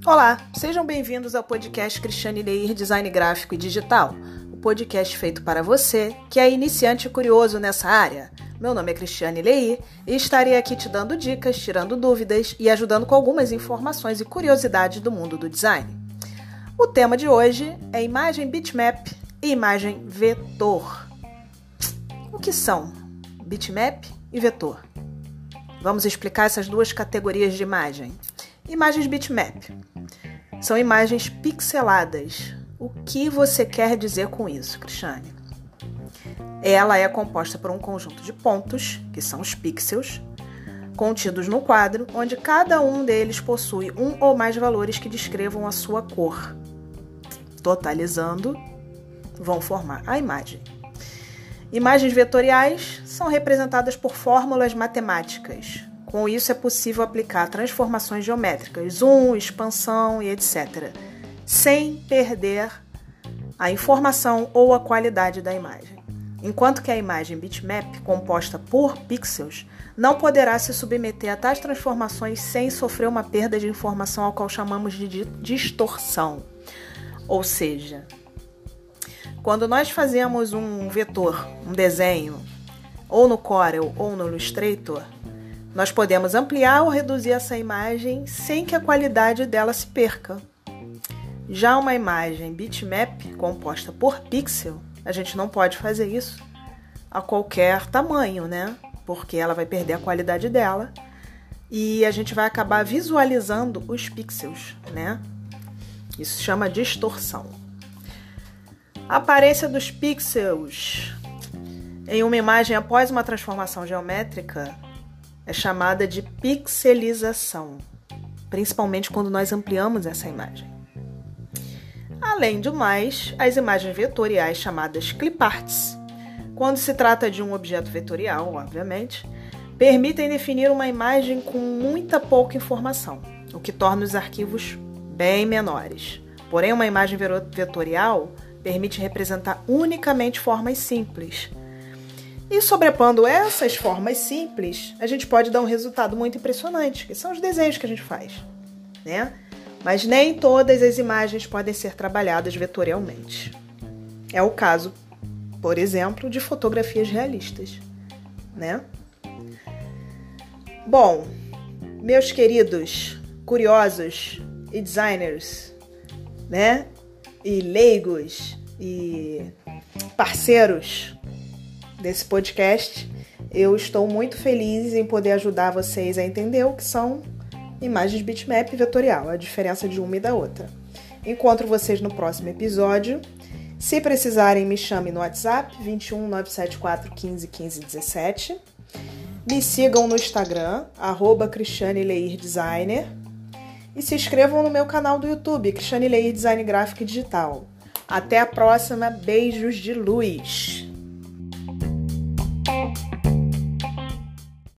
Olá, sejam bem-vindos ao podcast Cristiane Leir Design Gráfico e Digital, o podcast feito para você que é iniciante e curioso nessa área. Meu nome é Cristiane Leir e estarei aqui te dando dicas, tirando dúvidas e ajudando com algumas informações e curiosidades do mundo do design. O tema de hoje é imagem bitmap e imagem vetor. O que são bitmap e vetor? Vamos explicar essas duas categorias de imagem. Imagens bitmap são imagens pixeladas. O que você quer dizer com isso, Cristiane? Ela é composta por um conjunto de pontos, que são os pixels, contidos no quadro, onde cada um deles possui um ou mais valores que descrevam a sua cor. Totalizando, vão formar a imagem. Imagens vetoriais são representadas por fórmulas matemáticas. Com isso, é possível aplicar transformações geométricas, zoom, expansão e etc., sem perder a informação ou a qualidade da imagem. Enquanto que a imagem bitmap, composta por pixels, não poderá se submeter a tais transformações sem sofrer uma perda de informação, ao qual chamamos de distorção. Ou seja, quando nós fazemos um vetor, um desenho, ou no Corel ou no Illustrator, nós podemos ampliar ou reduzir essa imagem sem que a qualidade dela se perca. Já uma imagem bitmap composta por pixel, a gente não pode fazer isso a qualquer tamanho, né? Porque ela vai perder a qualidade dela e a gente vai acabar visualizando os pixels, né? Isso se chama distorção. A aparência dos pixels em uma imagem após uma transformação geométrica é chamada de pixelização, principalmente quando nós ampliamos essa imagem. Além do mais, as imagens vetoriais chamadas cliparts, quando se trata de um objeto vetorial, obviamente, permitem definir uma imagem com muita pouca informação, o que torna os arquivos bem menores. Porém, uma imagem vetorial permite representar unicamente formas simples. E sobrepondo essas formas simples, a gente pode dar um resultado muito impressionante, que são os desenhos que a gente faz, né? Mas nem todas as imagens podem ser trabalhadas vetorialmente. É o caso, por exemplo, de fotografias realistas, né? Bom, meus queridos curiosos e designers, né? E leigos e parceiros desse podcast, eu estou muito feliz em poder ajudar vocês a entender o que são imagens bitmap e vetorial, a diferença de uma e da outra. Encontro vocês no próximo episódio. Se precisarem, me chame no WhatsApp 21 974 15 15 17. Me sigam no Instagram, @CristianeLeirDesigner. E se inscrevam no meu canal do YouTube, Cristiane Leir Design Gráfico e Digital. Até a próxima, beijos de luz!